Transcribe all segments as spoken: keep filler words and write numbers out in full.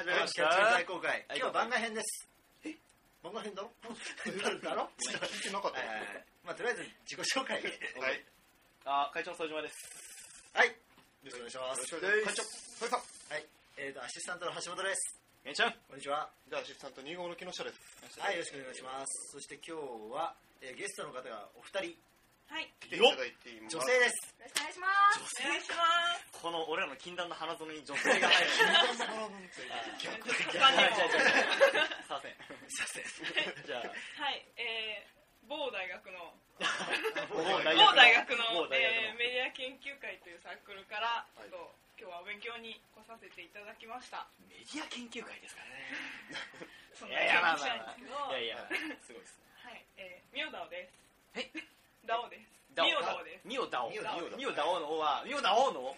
始まりました。キャッチ大公開。今日は番外編です。え？番外編だろ？だろ？ 聞いてなかった。 まあとりあえず自己紹介で。 はい。 あ、会長の副島です。 はい。よろしくお願いします。 よろしくお願いします。会長、それさん。 はい。えっとアシスタントの橋本です。 めいちゃん。 こんにちは。 じゃあアシスタントに号の木下です。 はい、よろしくお願いします。そして今日は、えー、ゲストの方がお二人。 はい。 来ていただいています。 女性です。 よろしくお願いします。 女性。 お願いします。 この俺らの禁断の花園に女性が入る。 禁断の花園って逆逆。じゃあじゃあじゃあ。させん。 させん。 じゃあ。 はい。えー、某大学の某大学の、えー、メディア研究会というサークルから、はい、と今日はお勉強に来させていただきました。 メディア研究会ですからね。 そんな研究したいんですけど。 いやいや、すごいです。 はい。えー、ミオダオです。 はい。 ダオです。ミオダオです。 ミオダオ。 ミオダオのオは、ミオダオの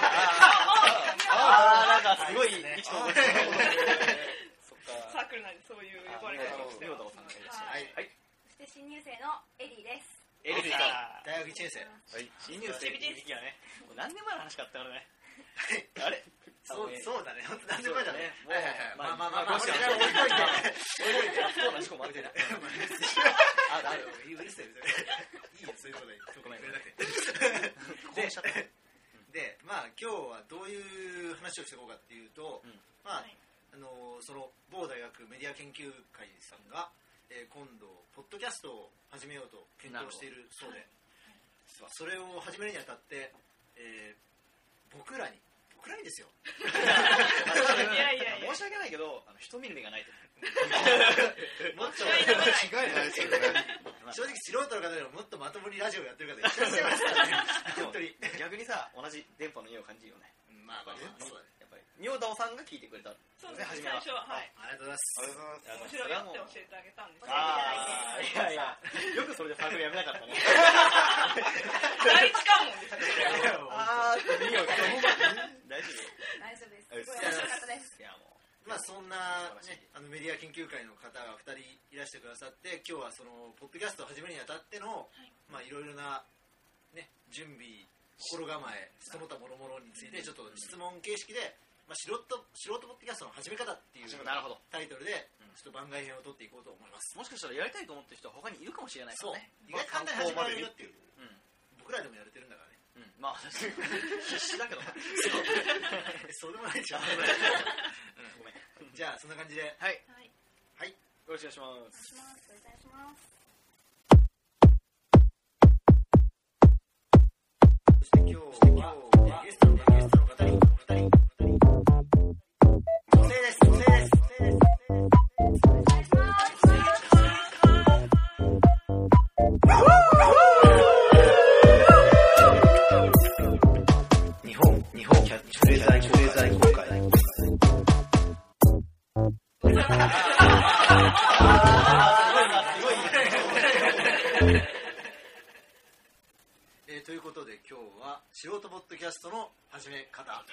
あー、なんかすごい意気投合してサークル内でそういう呼ばれ方をしてます。 ミオダオさんがいらっしゃい。はい。 そして新入生のエリーです。 エリーさん。 大学いちねん生。 はい。新入生って時期はね、何年前の話かあったからね。あれそうそうだね。本当何年前だね。 はいはいはい。 まあまあまあまあ。置いといて。置いといて。 そうなしこもあってない。 あ、だよ。うるせえ。いいよ、そういうことで。ごめん、で、で、まあ今日はどういう話をしていこうかっていうと、まああのその某大学メディア研究会さんが今度ポッドキャストを始めようと検討しているそうで、それを始めるにあたって、えー、僕らに僕らにですよ。 いやいやいや。 申し訳ないけど、あの人見る目がないと。 もっと違いないですよね。 正直素人の方でももっとまともにラジオやってる方いらっしゃいますからね。本当に。 逆にさ、同じ電波の家を感じるよね。 まあまあまあ、そうだね。 やっぱりミオダオさんが聞いてくれた。 そうですね、最初は。はい。 ありがとうございます。 ありがとうございます。 面白いよって教えてあげたんです。 ああ、いやいや、よくそれでサークルやめなかったね。 第一関門です。 ああ、ミオ大丈夫？ 大丈夫です。すごい面白かったです。 いやもう。 まあそんなね、あのメディア研究会の方がふたりいらしてくださって、今日はそのポッドキャストを始めるにあたっての、まあいろいろなね準備、心構え、その他諸々についてちょっと質問形式で、まあ素人素人ポッドキャストの始め方っていうなるほどタイトルでちょっと番外編を取っていこうと思います。 もしかしたらやりたいと思ってる人は他にいるかもしれないからね。 意外と簡単に始められるっていう。僕らでもやれてるんだからね。 うん、まあ必死だけどな。 そうでもないでしょ。ごめん。じゃあそんな感じで。 はい。 はい。 よろしくお願いします。 お願いします。 そして今日はゲストのゲストの方にお二人女性です。女性です。日本日本キャッチフレーズ愛好会。えー、ということで今日は素人ポッドキャストの始め方、はい、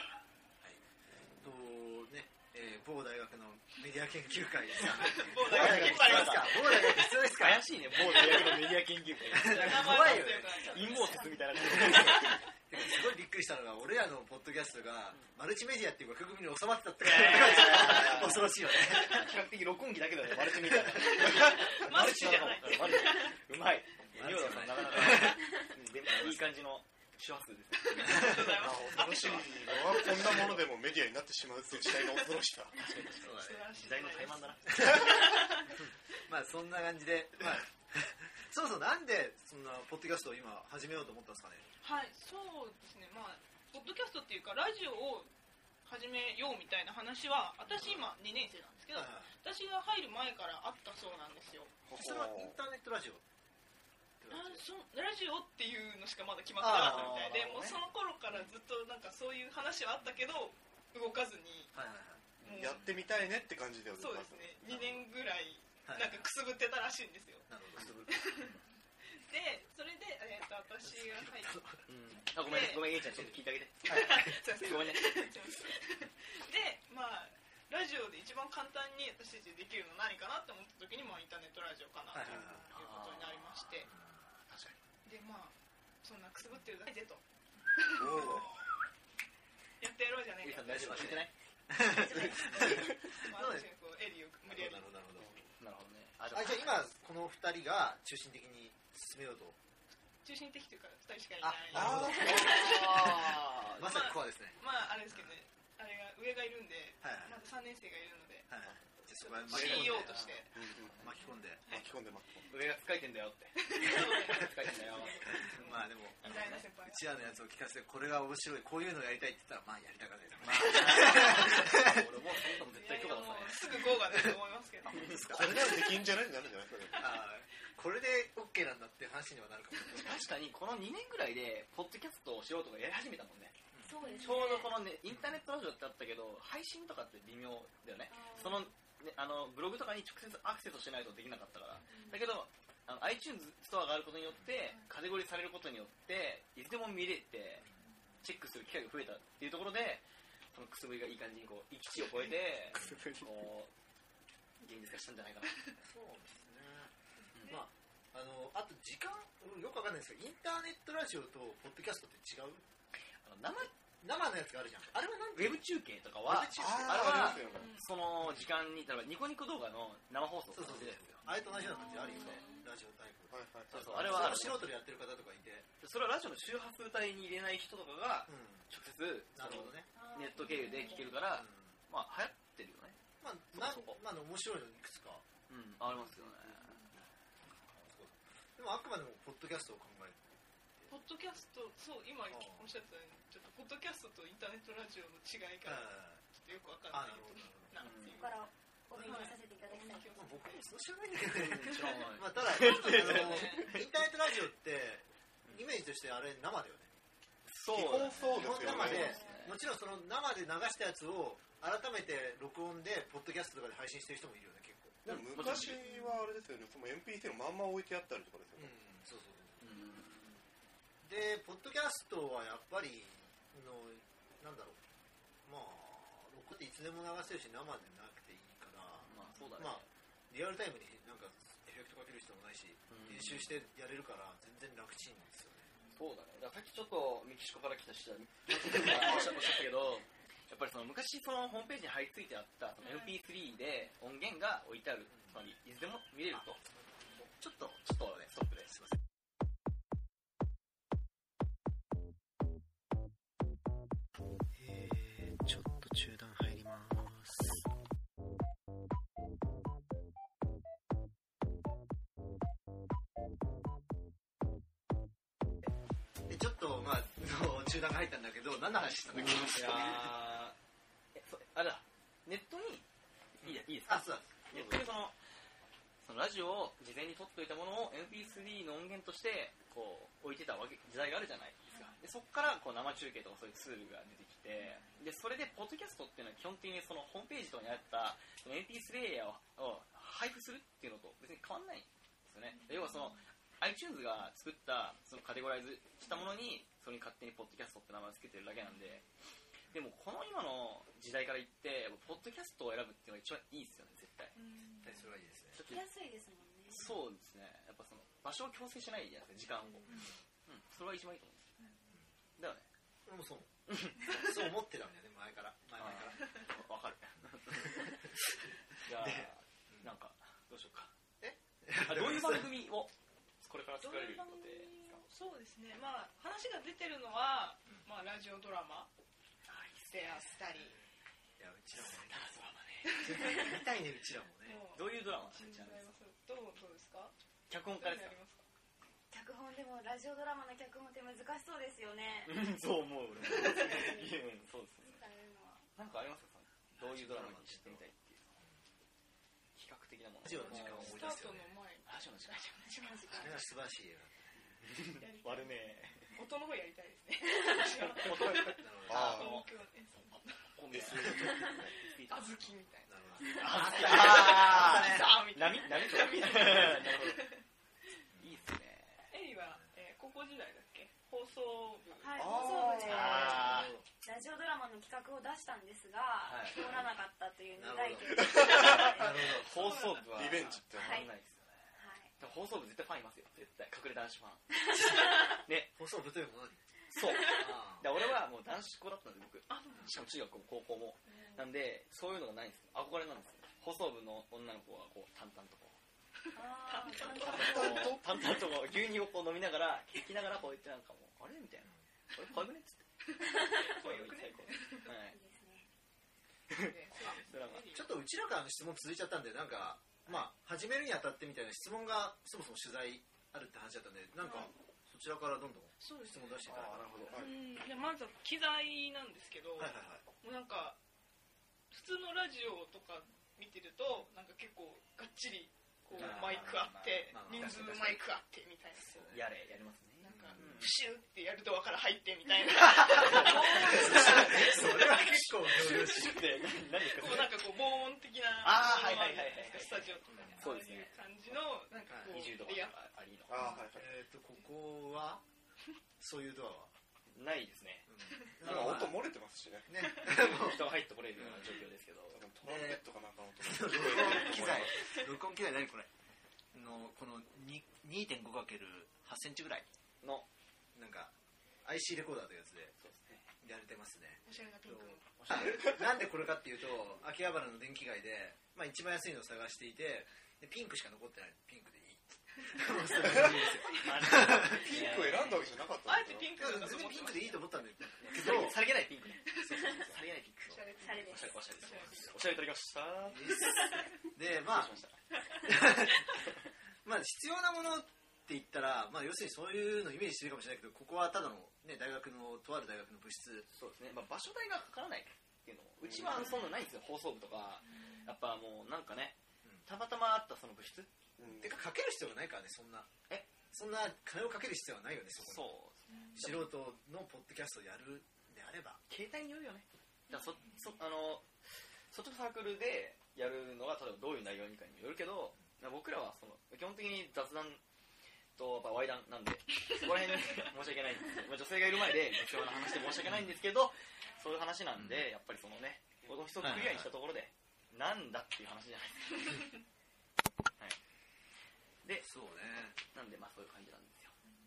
とね、えー、某大学のメディア研究会ですか。 某大学必要ですか。某大学必要ですか。 怪しいね、某大学のメディア研究会。 怖いよね。 陰謀説みたいな。 すごいびっくりしたのが、俺らのポッドキャストがマルチメディアっていう枠組みに収まってたって恐ろしいよね。 比較的録音機だけだね、マルチメディア。 マルチじゃない。 うまい。ミオダさんなかなかいい感じの周波数です。 恐ろしいのはこんなものでもメディアになってしまうっていう時代の恐ろしさ。 時代の怠慢だな。 まあそんな感じで、まあそもそもなんでそんなポッドキャストを今始めようと思ったんですかね。 はい、そうですね。まあポッドキャストっていうかラジオを始めようみたいな話は、私今にねん生なんですけど、はいはい、私が入る前からあったそうなんですよ。 それはインターネットラジオ。 あ、そラジオっていうのしかまだ決まってなかったみたいで、もうその頃からずっとなんかそういう話はあったけど動かずに、はいはいはい、 やってみたいねって感じでは。 そうですね。にねんぐらいなんかくすぶってたらしいんですよ。なるほど。で、それで、えー、と私が入って、 うん、あ、ごめんね、ごめん、えいちゃんちょっと聞いてあげて。 すいません。 ごめんね。 で、まあラジオで一番簡単に私たちできるの何かなって思った時に、まあインターネットラジオかなということになりまして、 確かに。 で、まあそんなくすぶってるだけぜと。 おお。 やってやろうじゃないか。 大丈夫、聞いてない？ 私がこうエリを無理やりなるほどなるほど。 なるほどね。 あじゃあ今このふたりが中心的に進めようと。 中心的というかふたりしかいない。 あなるほど。 あまさにコアですね。 まああれですけどね、あれが上がいるんで、 はいはいまださんねん生がいるので、 はいはい。じゃあそこはシーイーオー として巻き込んで。 巻き込んで巻き込んで上が使えてんだよって。使えてんだよ。 まあでも偉大な先輩うちらのやつを聞かせてこれが面白いこういうのをやりたいって言ったらまあやりたかったです。まあ俺もうそんなの絶対許可出さない。 すぐゴーが出ると思いますけど。 これならできんじゃないってなるんじゃないですかね。 あこれで OK なんだって話にはなるかも。 確かにこのにねんぐらいでポッドキャストをしようとかやり始めたもんね。 そうですね。 ちょうどこのねインターネットラジオってあったけど配信とかって微妙だよね。そのねあのブログとかに直接アクセスしないとできなかったから。だけどあの iTunes ストアがあることによってカテゴリーされることによっていつでも見れてチェックする機会が増えたっていうところでそのくすぶりがいい感じにこう域地を超えてこう現実化したんじゃないかな。 そうですね。まああのあと時間よくわかんないですけどインターネットラジオとポッドキャストって違う？ あの生生のやつがあるじゃん。あれはなんウェブ中継とかはウェブ中継あれはありますよね。 その時間に例えばニコニコ動画の生放送そうそうそう。 ですよ。 あれと同じような感じあるよね。ラジオタイプ。 はいはいそうそうあれはある素人でやってる方とかいて。 それはラジオの周波数帯に入れない人とかがうん。 直接なるほどね。 ネット経由で聞けるからうんまあ流行ってるよね。 まあなそこそこまあ面白いのいくつか。 うんありますよね。 でもあくまでもポッドキャストを考える。 ポッドキャスト、そう今おっしゃってたようにちょっとポッドキャストとインターネットラジオの違いがちょっとよくわかんないなっていう。 ここからお勉強させていただきたい。 まあ、僕もそう知らないんだけど、 知らないまあ、ただあのインターネットラジオってイメージとしてあれ生だよね。 そう基本そう基本ですよ生でね。 もちろんその生で流したやつを改めて録音でポッドキャストとかで配信してる人もいるよね結構。 でも昔はあれですよね。その エムピースリー のまんま置いてあったりとかですよね。 うん、そうそうそう。 うんでポッドキャストはやっぱりのなんだろう、まあ録音っていつでも流せるし生でなくていいから、 まあそうだね。 まあリアルタイムになんかエフェクトかける必要もないし、 うん編集してやれるから全然楽ちんですよね。 そうだね。だからさっきちょっとメキシコから来た人はおっしゃったけど、やっぱりその昔そのホームページに貼り付いてあったその エムピースリー で音源が置いてある、つまりいつでも見れると。ちょっとちょっとねストップですいません。 えー、ちょっと中断入ります。でちょっとまあ中断が入ったんだけど何の話したんだっけ？ いやーえそあれだネットにいいいいですか？ あ、そうだ。 ネットにそのそのラジオを事前に撮っておいたものを エムピースリー の音源としてこう置いてたわけ時代があるじゃないですか。でそこからこう生中継とかそういうツールが出てきて、でそれでポッドキャストっていうのは基本的にそのホームページとかにあったその エムピースリー レイヤーを配布するっていうのと別に変わんないんですよね。要はその iTunes が作ったそのカテゴライズしたものにそれに勝手にポッドキャストって名前を付けてるだけなんで、でもこの今の時代から言ってポッドキャストを選ぶっていうのが一番いいですよね絶対。 それはいいですね。 聞きやすいですもんね。 そうですね。やっぱその場所を強制しないじゃないですか時間を、うん、それは一番いいと思うんです、うん、だよね。 俺もそうそう思ってたんだよね前から前々からわかるじゃあなんかどうしようか。 えどういう番組をこれから作られるので。 そうですね、まあ話が出てるのは、まあ、ラジオドラマであったり、 いやうちらもねドラマね見たいねうちらもね。 どういうドラマ信じられますどうどうですか？ 脚本家ですか？ 脚本でもラジオドラマの脚本って難しそうですよね。 うんそう思う俺もうんそうですね。 そういうのはなんかありますか？どういうドラマに知ってみたいっていう比較的なもの。 ラジオの時間を思いスタートの前ラジオの時間時間時間それは素晴らしい映悪ね音の方やりたいですね。 画。なるほど。 あ音響ねコンビスあずきみたいな。 なるほど。 ああみたいな。 波波とかなるほどいいっすね。 エリは、えー、高校時代だっけ放送部。 はい、放送部であラジオドラマの企画を出したんですが、 はい通らなかったという苦い経験なるほど。 放送部はリベンジってたまんないですよね。 はいでも放送部絶対ファンいますよ絶対隠れ男子ファンね。 放送部というものに。 そうあで俺はもう男子校だったんで僕あ、 しかも中学も高校もなんでそういうのがないんですよ。憧れなんですよ放送部の女の子がこう淡々とこうあー淡々とこう牛乳をこう飲みながら聞きながらこう言ってなんかもうあれみたいなこれ可愛くねっつって可愛くねはいいいですね。 それはまあちょっとうちらからの質問続いちゃったんで、なんかまあ始めるにあたってみたいな質問がそもそも取材あるって話だったんで、なんかそちらからどんどんそうですね。 質問出していただいたら。 なるほど。 うんじゃあまずは機材なんですけど、 はいはいはい。 もうなんか普通のラジオとか見てるとなんか結構がっちりこうまあマイクあってまあまあ人数マイクあってみたいなこうやれやりますねなんかうんプシューってやるドアから入ってみたいなそれは結構行々しい。 で何ですかこうなんかこう防音的なあーはいはいはいはいスタジオとかねそうですねああいう感じのなんかこうにじゅうどでやっありのああ、はいはい。 えっとここはそういうドアは。 ないですねなんか音漏れてますしね。 ね。 人が入ってこれるような状況ですけど多分トランペットかなんかの音録音機材、録音機材何これのこの にてんごかけるはち センチぐらいのなんか アイシー レコーダーというやつでそうですねやれてますね。 おしゃれなピンクのおしゃれなんでこれかっていうと秋葉原の電気街で、まあ、一番安いのを探していてでピンクしか残ってないピンクでいいもうそれでいいですよピンク選んだわけじゃなかったあえんですよ。 てピンクだと全然思ってましたピンクでいいと思ったんだけさりどさりげないピンクねそうそうそうさりげないピンクおしゃれシャレですおしゃれおしゃれですおしゃれいただきましたでまあ失礼しましたまあ必要なものって言ったら、まあ、要するにそういうのをイメージしてるかもしれないけどここはただの、ね、大学のとある大学の部室そうですね、まあ、場所代がかからないっていうのもうちはそんなないんですよ放送部とかやっぱもうなんかねたまたまあったその部室うんてかかける必要がないからねそんなえそんな金をかける必要はないよねそこそうに素人のポッドキャストをやるであれば携帯によるよねだからそそあのそっちのサークルでやるのが例えばどういう内容にかにもよるけど僕らはその基本的に雑談とやっぱワイ談なんでそこら辺に申し訳ないんですけど、まあ、女性がいる前で女性の話で申し訳ないんですけどそういう話なんでやっぱりそのねこの一つクリアにしたところでなんだっていう話じゃないですかはいでそうねなんでまあそういう感じなんですよ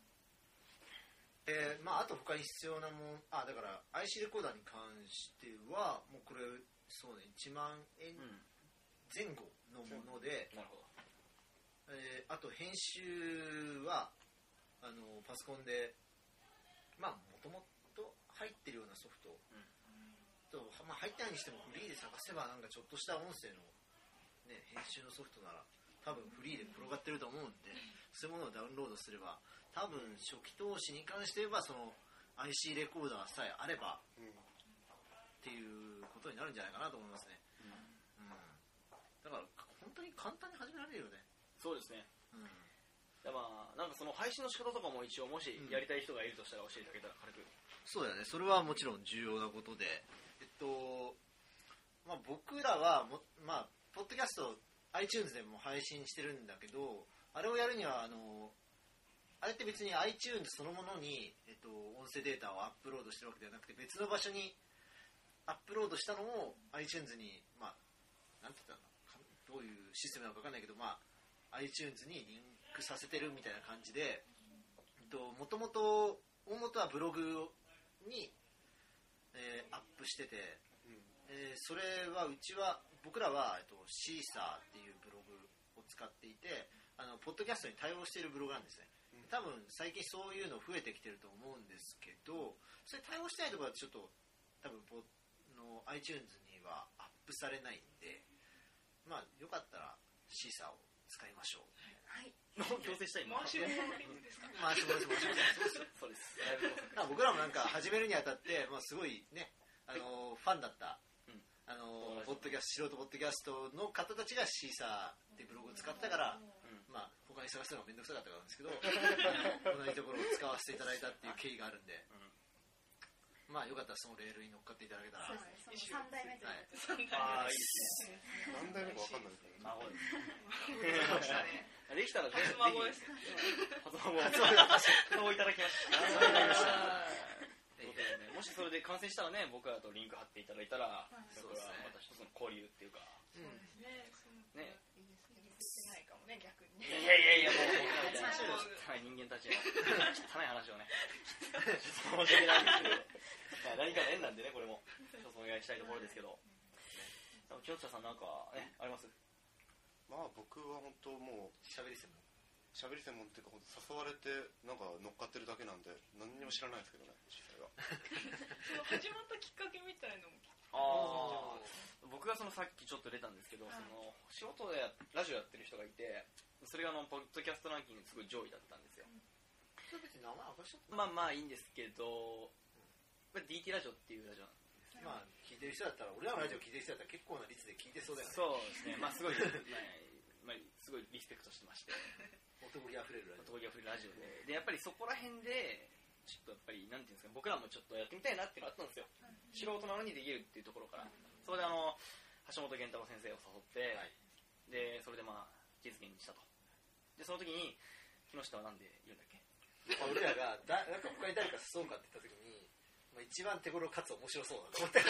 えーまあ、あと他に必要なもんあだから アイシー レコーダーに関してはもうこれそうねいちまんえんうん前後のもので、 なるほどえーあと編集はあのパソコンでまあもともと入ってるようなソフト、 うんとまあ、入ってないにしてもフリーで探せばなんかちょっとした音声の、ね、編集のソフトなら多分フリーで転がってると思うんでそういうものをダウンロードすれば多分初期投資に関して言えばその アイシー レコーダーさえあればうんっていうことになるんじゃないかなと思いますね、うん、だから本当に簡単に始められるよね、 そうですねうんでまあなんかその配信の仕方とかも一応もしやりたい人がいるとしたら教えてあげたら軽くそうだよねそれはもちろん重要なことでえっとまあ僕らはもまあポッドキャスト iTunes でも配信してるんだけどあれをやるにはあのあれって別に iTunes そのものに、えっと、音声データをアップロードしてるわけではなくて別の場所にアップロードしたのを iTunes にまあなんて言ったのかどういうシステムなのか分かんないけどまあ iTunes にリンクさせてるみたいな感じでもともと大元はブログに、えーアップしてて、 うんえーそれはうちは僕らは、えっと、シーサーっていうブログを使っていてあのポッドキャストに対応しているブログなんですね多分最近そういうの増えてきてると思うんですけどそれ対応してないところはちょっと多分ポの iTunes にはアップされないんでまあよかったらシーサーを使いましょうはい。 強制したい今回し物ですか回し戻し回し戻しそうですだいぶまあ僕らもなんか始めるにあたって、まあ、すごいねあのファンだった、 うんあのポッドキャスト素人ポッドキャストの方たちがシーサーっていうブログを使ったから、まあ、他に探すのがめんどくさかったからなんですけどあの同じところを使わせていただいたっていう経緯があるんで、まあよかったらそのレールに乗っかっていただけたらそうですね。その三代目というはいことで。 ああいいですね何代目か分かんないですけどね孫ですましたねできたらぜ初孫ですぜひ初孫をそういただきましたということでねもしそれで完成したらね僕らとリンク貼っていただいたらそれはまた一つの交流っていうかそうですねそのねいいですねしてないかもね逆にいねやいやいやもうそう汚い人間たちの汚い話をね申し訳ないんですけどまあ何かの縁なんでねこれも一つお願いしたいところですけど木下さんなんかねあります？ まあ僕は本当もう喋り専門喋り専門っていうか本当誘われてなんか乗っかってるだけなんで何にも知らないですけどね実際は始まったきっかけみたいのもああ僕がそのさっきちょっと出たんですけど、 はい、 その仕事でラジオやってる人がいてそれがあのポッドキャストランキングすごい上位だったんですよ。 それ別に名前明かしちゃったまあまあいいんですけど、うん、ディーティー ラジオっていうラジオなんですよ。 まあ聞いてる人だったら俺らのラジオ聞いてる人だったら結構な率で聞いてそうだよね。 そうですね。まあすごい、まあ、まあ、すごいリスペクトしてまして男気あふれるラジオ男気あふれるラジオででやっぱりそこら辺でちょっとやっぱりなんていうんですか僕らもちょっとやってみたいなっていうのがあったんですよ、うん、素人なのにできるっていうところから、うん、そこであの橋本源太郎先生を誘って、はい、でそれでまあ実現にしたと。でその時に木下はなんでいるんだっけ俺らがだなんか他に誰か誘うかって言った時に、まあ、一番手頃かつ面白そうだと思って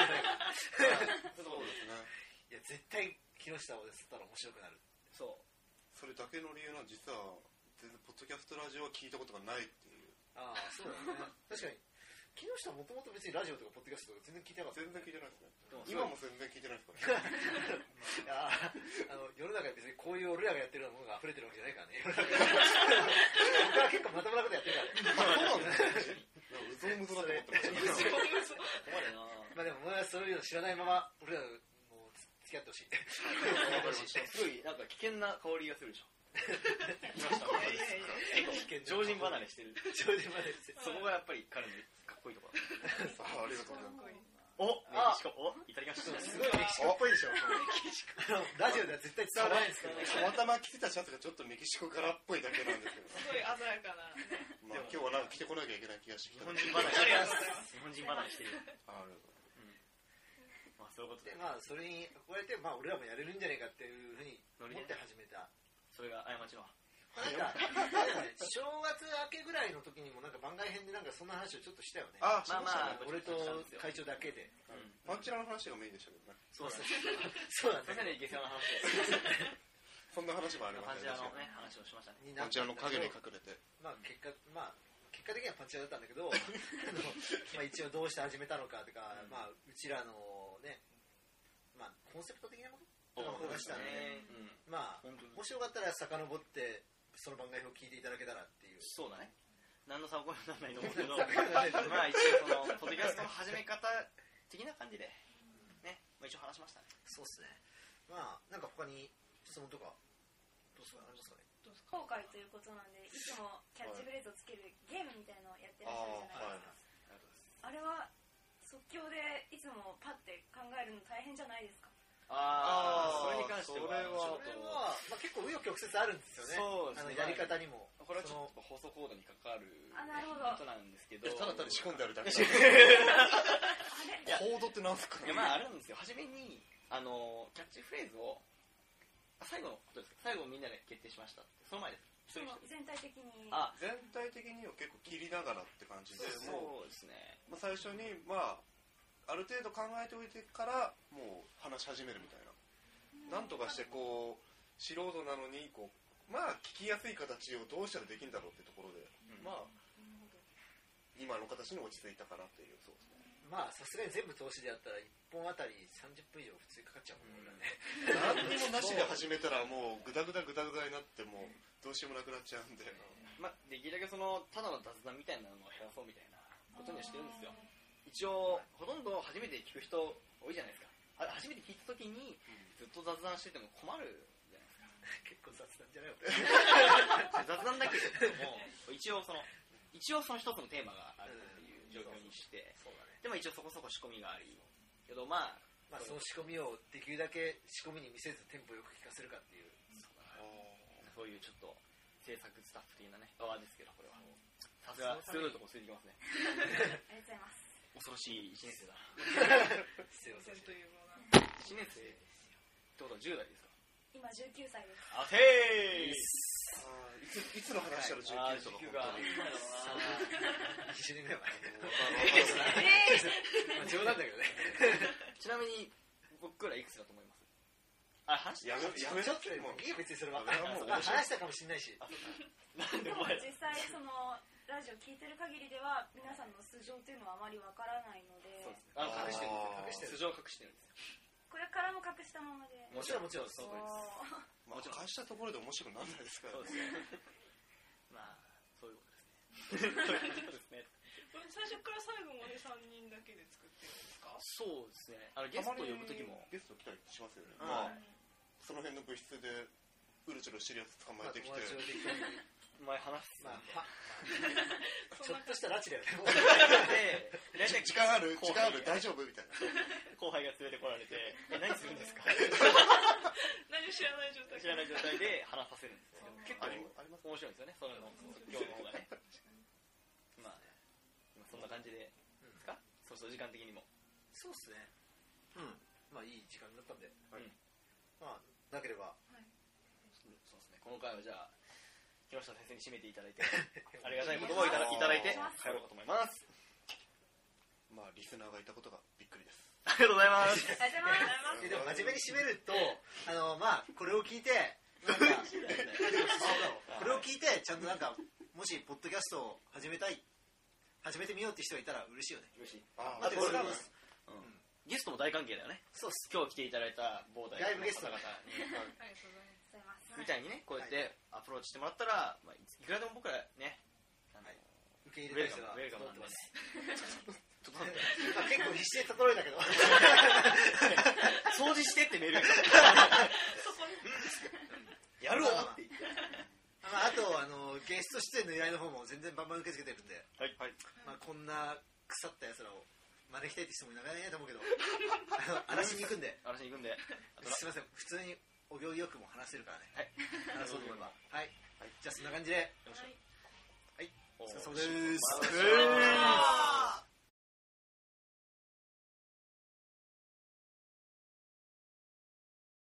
そうですね。 いや絶対木下を吸ったら面白くなる。 そうそれだけの理由は実は全然ポッドキャストラジオは聞いたことがないっていう。 ああそうだね確かに木下もともと別にラジオとかポッドキャストとか全然聞いてなかった。 全然聞いてないですね。今も全然聞いてないですからねいやあの世の中に別にこういう俺らがやってるようなものが溢れてるわけじゃないからね僕は結構まともなことやってるからねそうなんですねうぞうむぞだと思ってました困るなまあでも俺はそういうの知らないまま俺らもう付き合ってほしいすごいなんか危険な香りがするでしょいやいやいや常人離れしてる常人離れしてるそこがやっぱり彼のかっこいいところあありがとうございますおメキシコおいただきましたすごいメキシコっぽいでしょラジオでは絶対伝わらないんですけどたまたま着てたシャツがちょっとメキシコ柄っぽいだけなんですけどすごい鮮やかな、ねまあ、今日はなんか着てこなきゃいけない気がしてきた。 日本人離れ日本人離れしてるあるまあそういうことでまあそれに憧れてまあ俺らもやれるんじゃないかっていうふうに思って始めた。 それが過ちのなんかなんか、ね、正月明けぐらいの時にもなんか番外編でなんかそんな話をちょっとしたよね。 ああ、 まあまあ俺と会長だけで、 うん、パンチラの話がメインでしたけどね。 そうだね。そうだね。 下世話の話そんな話もありますね。パンチラのね話をしましたね。 パンチラの影に隠れて。 まあ結果まあ結果的にはパンチラだったんだけど、あのまあ一応どうして始めたのかとか、うん、まあうちらのね、まあコンセプト的なもの。話したんで、うん、まあもしよかったら遡ってその番外編を聞いていただけたらっていう。 そうだね。何の参考にならないと思うけどまあ一応そのポッドキャストの始め方的な感じでね、まあ、一応話しましたね。 そうですね。まあなんか他に質問とかどうですかありますかね。 後悔ということなんでいつもキャッチフレーズをつけるゲームみたいなのをやってらっしゃるじゃないですか。 あ,、はい、あれは即興でいつもパッて考えるの大変じゃないですか。 ああ、それに関しては、 それは、まあ、結構紆余曲折あるんですよね。 そうですね。 あのやり方にも。 これはちょっと放送コードに関わることなんですけど、 ただ単に仕込んであるだけ。コードってなんですかね。 いやまああれなんですよ。初めにあのキャッチフレーズを最後のことですか。最後みんなで決定しましたって。その前です。 その全体的に。 あ、 全体的には結構切りながらって感じで、 そうですね。 まあ最初にまあ。ある程度考えておいてからもう話し始めるみたいな、なんとかしてこう素人なのにこうまあ聞きやすい形をどうしたらできるんだろうってところで、うん、まあ今の形に落ち着いたかなっていう。そうですね。 まあさすがに全部通しでやったらいっぽんあたりさんじゅっぷん以上普通にかかっちゃうもんね、 うん、何にもなしで始めたらもうグダグダグダグダになってもうどうしようもなくなっちゃうんで、 まあできるだけそのただの雑談みたいなのを減らそうみたいなことにはしてるんですよ。一応ほとんど初めて聞く人多いじゃないですか。あ初めて聞いた時にずっと雑談してても困るじゃないですか。 結構雑談じゃない雑談だけども一応その一応その一つのテーマがあるっていう状況にして、 そうだね、 でも一応そこそこ仕込みがありけどまあまあその仕込みをできるだけ仕込みに見せずテンポよく聞かせるかっていう、 そういうちょっと制作スタッフ的なね側ですけど、これはさすが鋭いとこついてきますね。 ありがとうございます。 恐ろしいいちねん生だ。 失礼をさせていちねん生ってことはじゅう代ですか。 今じゅうきゅうさいです。 あてーいついつの話したらじゅうきゅうとか本当ににじゅうねんぐらい前冗談だけどね。 ちなみに僕らいくつだと思います？あ、話やめやめちょっともういいよ別にそれは話したかもしれないし。 なんでも実際そのラジオ聞いてる限りでは皆さんの素性というのはあまりわからないので。 そうですね。あの隠してるんですよ。隠してる。素性を隠してるんですよ。 これからも隠したままで。 もちろんもちろんそうまあ返したところで面白くならないですからそうですねまあそういうことですねそういうことですねこれ最初から最後までさんにんだけで作ってるんですか？ そうですねあのゲストを呼ぶ時もゲスト来たりしますよね、 うんまあその辺の部室でうるちょろ知り合い捕まえてきて、 まあ友達を適当に前話すまあんではちょっとした拉致だよねもうで大体時間ある時間ある後輩大丈夫みたいな後輩が連れてこられてえ何するんですか何も知らない状態知らない状態で話させるんですよ結構ありあります面白いんですよねその今日の方がねまあ今そんな感じでですかそうそう時間的にもそうっすねうんまあいい時間になったんで、 はいまあなければそうですねこの回はじゃあ木下先生に締めていただいてありがたい言葉をいただいただいて帰ろうかと思いますまあリスナーがいたことがびっくりですありがとうございますありがとうございます。 ででも真面目に締めるとあのまあこれを聞いてなんかこれを聞いてちゃんとなんかもしポッドキャストを始めたい始めてみようって人がいたら嬉しいよね嬉しいああとこれからもうんゲストも大関係だよねそうっす今日来ていただいた某大ライブゲストの方々にありがとうございます。 ありがとうございます。 みたいにねこうやってアプローチしてもらったら、まあ、いくらでも僕らねあのはい受けウ入れたェルカム人がウェルカムなんでね整ってますまあ結構必死で整えたけど掃除してってメールそこにやるわって言ってまあ、あとあのゲスト出演の依頼の方も全然バンバン受け付けてるんで、 はいはいまあ、こんな腐ったやつらを招きたいって人もいなかなかいないと思うけどあの荒らしに行くんで嵐に行くんであとすいません普通にお行儀よくも話せるからねはい話そうと思えばはい、はい、じゃあそんな感じではいはいお疲れ様おですー